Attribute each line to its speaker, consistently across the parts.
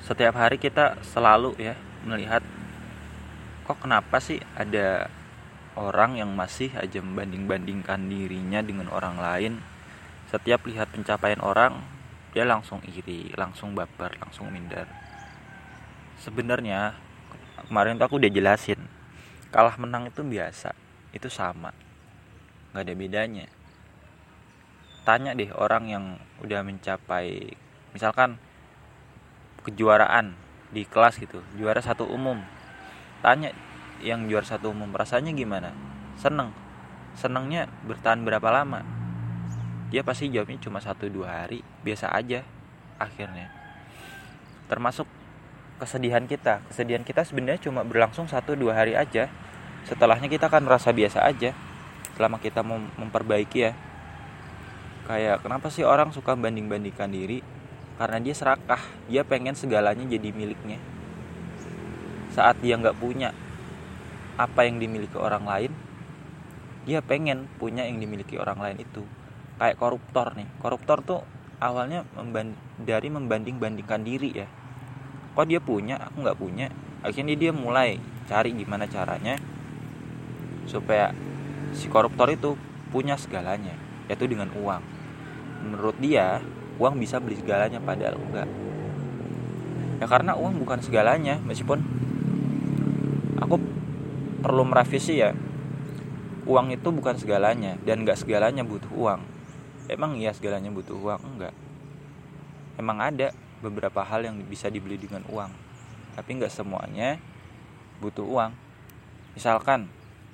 Speaker 1: Setiap hari kita selalu ya melihat, kok kenapa sih ada orang yang masih aja membanding-bandingkan dirinya dengan orang lain. Setiap lihat pencapaian orang, dia langsung iri, langsung baper, langsung minder. Sebenarnya kemarin tuh aku udah jelasin, kalah menang itu biasa, itu sama, nggak ada bedanya. Tanya deh orang yang udah mencapai, misalkan kejuaraan di kelas gitu, juara satu umum. Tanya yang juara satu umum rasanya gimana? Senengnya bertahan berapa lama? Dia pasti jawabnya cuma 1-2 hari, biasa aja akhirnya. Termasuk kesedihan kita sebenarnya cuma berlangsung 1-2 hari aja. Setelahnya kita akan merasa biasa aja selama kita mau memperbaiki ya. Kayak kenapa sih orang suka banding-bandingkan diri? Karena dia serakah, dia pengen segalanya jadi miliknya. Saat dia gak punya apa yang dimiliki orang lain, dia pengen punya yang dimiliki orang lain itu. Kayak koruptor nih, koruptor tuh awalnya dari membanding-bandingkan diri ya. Kok dia punya, aku gak punya. Akhirnya dia mulai cari gimana caranya supaya si koruptor itu punya segalanya, yaitu dengan uang. Menurut dia, uang bisa beli segalanya, padahal enggak. Ya karena uang bukan segalanya, meskipun aku perlu merevisi ya. Uang itu bukan segalanya, dan enggak segalanya butuh uang. Emang iya segalanya butuh uang? Enggak. Emang ada beberapa hal yang bisa dibeli dengan uang, tapi enggak semuanya butuh uang. Misalkan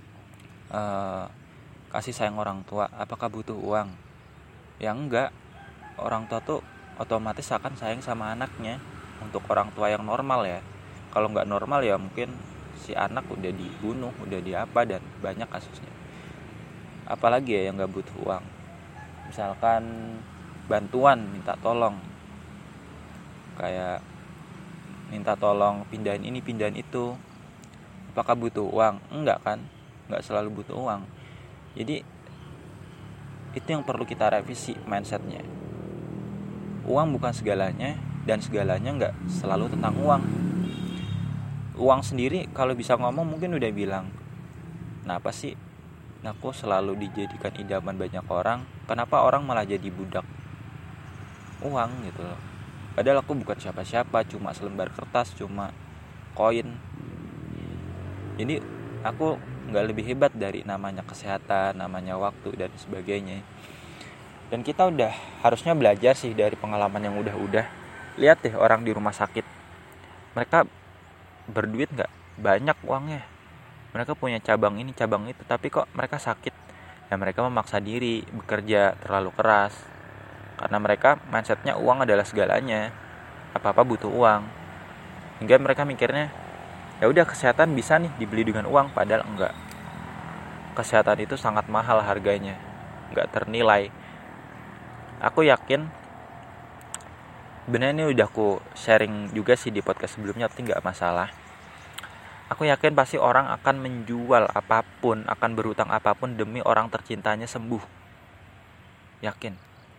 Speaker 1: kasih sayang orang tua, apakah butuh uang? Ya enggak. Orang tua tuh otomatis akan sayang sama anaknya. Untuk orang tua yang normal ya. Kalau enggak normal ya mungkin si anak udah dibunuh, udah diapa, dan banyak kasusnya. Apalagi ya yang enggak butuh uang? Misalkan bantuan, minta tolong. Kayak minta tolong pindahin ini, pindahin itu. Apakah butuh uang? Enggak kan? Enggak selalu butuh uang. Jadi itu yang perlu kita revisi mindsetnya. Uang bukan segalanya, dan segalanya enggak selalu tentang uang. Uang sendiri kalau bisa ngomong mungkin udah bilang, kenapa sih aku selalu dijadikan idaman banyak orang? Kenapa orang malah jadi budak uang gitu loh? Padahal aku bukan siapa-siapa, cuma selembar kertas, cuma koin. Jadi aku gak lebih hebat dari namanya kesehatan, namanya waktu, dan sebagainya. Dan kita udah harusnya belajar sih dari pengalaman yang udah. Lihat deh orang di rumah sakit, mereka berduit gak? Banyak uangnya. Mereka punya cabang ini, cabang itu, tapi kok mereka sakit? Ya mereka memaksa diri, bekerja terlalu keras. Karena mereka mindsetnya uang adalah segalanya, apa-apa butuh uang. Hingga mereka mikirnya, ya udah kesehatan bisa nih dibeli dengan uang, padahal enggak. Kesehatan itu sangat mahal harganya, enggak ternilai. Aku yakin, bener ini udah aku sharing juga sih di podcast sebelumnya, tapi enggak masalah. Aku yakin pasti orang akan menjual apapun, akan berhutang apapun demi orang tercintanya sembuh. Yakin.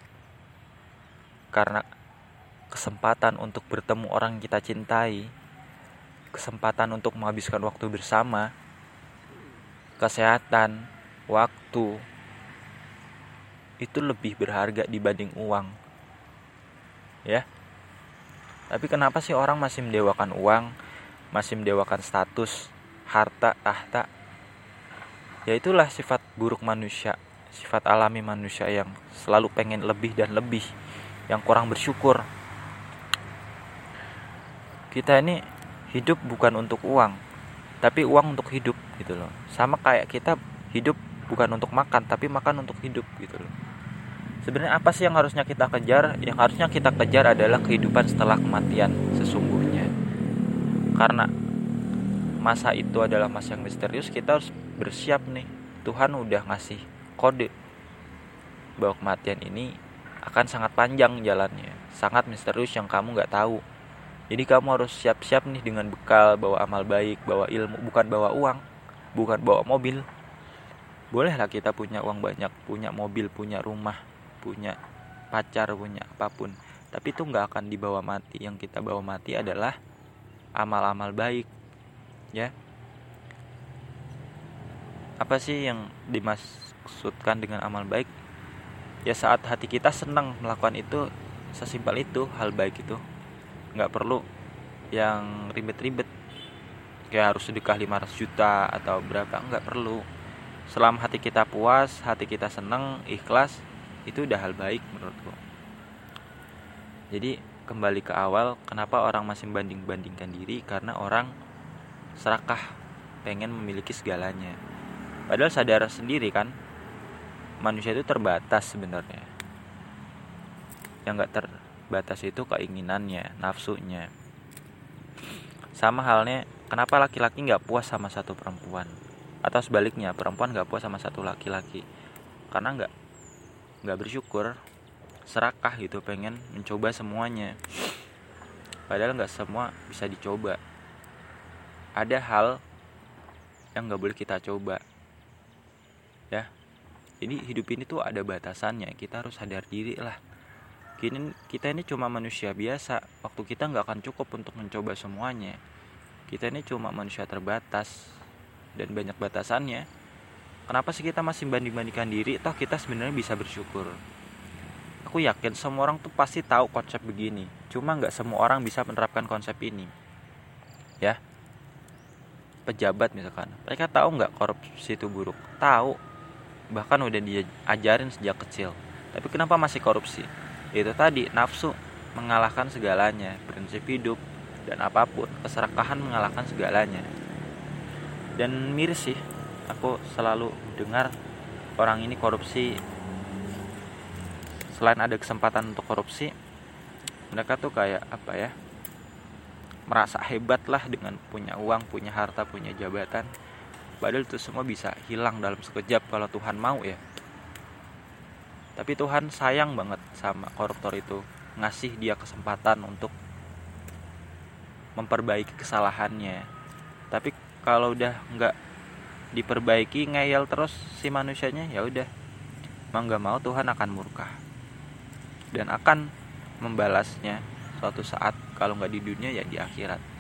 Speaker 1: Karena kesempatan untuk bertemu orang yang kita cintai, kesempatan untuk menghabiskan waktu bersama, kesehatan, waktu, itu lebih berharga dibanding uang. Ya. Tapi kenapa sih orang masih mendewakan uang, masih mendewakan status, harta, tahta? Ya itulah sifat buruk manusia, sifat alami manusia yang selalu pengen lebih dan lebih, yang kurang bersyukur. Kita ini hidup bukan untuk uang, tapi uang untuk hidup gitu loh. Sama kayak kita hidup bukan untuk makan, tapi makan untuk hidup gitu loh. Sebenarnya apa sih yang harusnya kita kejar? Yang harusnya kita kejar adalah kehidupan setelah kematian sesungguhnya. Karena masa itu adalah masa yang misterius, kita harus bersiap nih. Tuhan udah ngasih kode bahwa kematian ini akan sangat panjang jalannya, sangat misterius yang kamu gak tahu. Jadi kamu harus siap-siap nih dengan bekal, bawa amal baik, bawa ilmu, bukan bawa uang, bukan bawa mobil. Bolehlah kita punya uang banyak, punya mobil, punya rumah, punya pacar, punya apapun, tapi itu nggak akan dibawa mati. Yang kita bawa mati adalah amal-amal baik, ya. Apa sih yang dimaksudkan dengan amal baik? Ya saat hati kita senang melakukan itu, sesimpel itu hal baik itu. Nggak perlu yang ribet-ribet, kayak harus sedekah 500 juta atau berapa, nggak perlu. Selama hati kita puas, hati kita senang, ikhlas, itu udah hal baik menurutku. Jadi kembali ke awal, kenapa orang masih banding-bandingkan diri? Karena orang serakah, pengen memiliki segalanya. Padahal sadar sendiri kan, manusia itu terbatas sebenarnya. Yang gak terbatas itu keinginannya, nafsunya. Sama halnya, kenapa laki-laki gak puas sama satu perempuan? Atau sebaliknya, perempuan gak puas sama satu laki-laki? Karena gak bersyukur, serakah gitu, pengen mencoba semuanya. Padahal gak semua bisa dicoba. Ada hal yang gak boleh kita coba, ya. Jadi hidup ini tuh ada batasannya. Kita harus sadar diri lah. Kita ini cuma manusia biasa. Waktu kita gak akan cukup untuk mencoba semuanya. Kita ini cuma manusia terbatas dan banyak batasannya. Kenapa sih kita masih banding-bandingkan diri? Toh kita sebenarnya bisa bersyukur. Aku yakin semua orang tuh pasti tahu konsep begini. Cuma gak semua orang bisa menerapkan konsep ini, ya. Pejabat misalkan, mereka tahu gak korupsi itu buruk? Tahu. Bahkan udah diajarin sejak kecil. Tapi kenapa masih korupsi? Itu tadi, nafsu mengalahkan segalanya. Prinsip hidup dan apapun, keserakahan mengalahkan segalanya. Dan miris sih, aku selalu dengar orang ini korupsi. Selain ada kesempatan untuk korupsi, mereka tuh kayak apa ya, merasa hebat lah dengan punya uang, punya harta, punya jabatan. Padahal itu semua bisa hilang dalam sekejap kalau Tuhan mau, ya. Tapi Tuhan sayang banget sama koruptor itu, ngasih dia kesempatan untuk memperbaiki kesalahannya. Tapi kalau udah nggak diperbaiki, ngeyel terus si manusianya, ya udah, mau nggak mau Tuhan akan murka dan akan membalasnya suatu saat. Kalau nggak di dunia, ya di akhirat.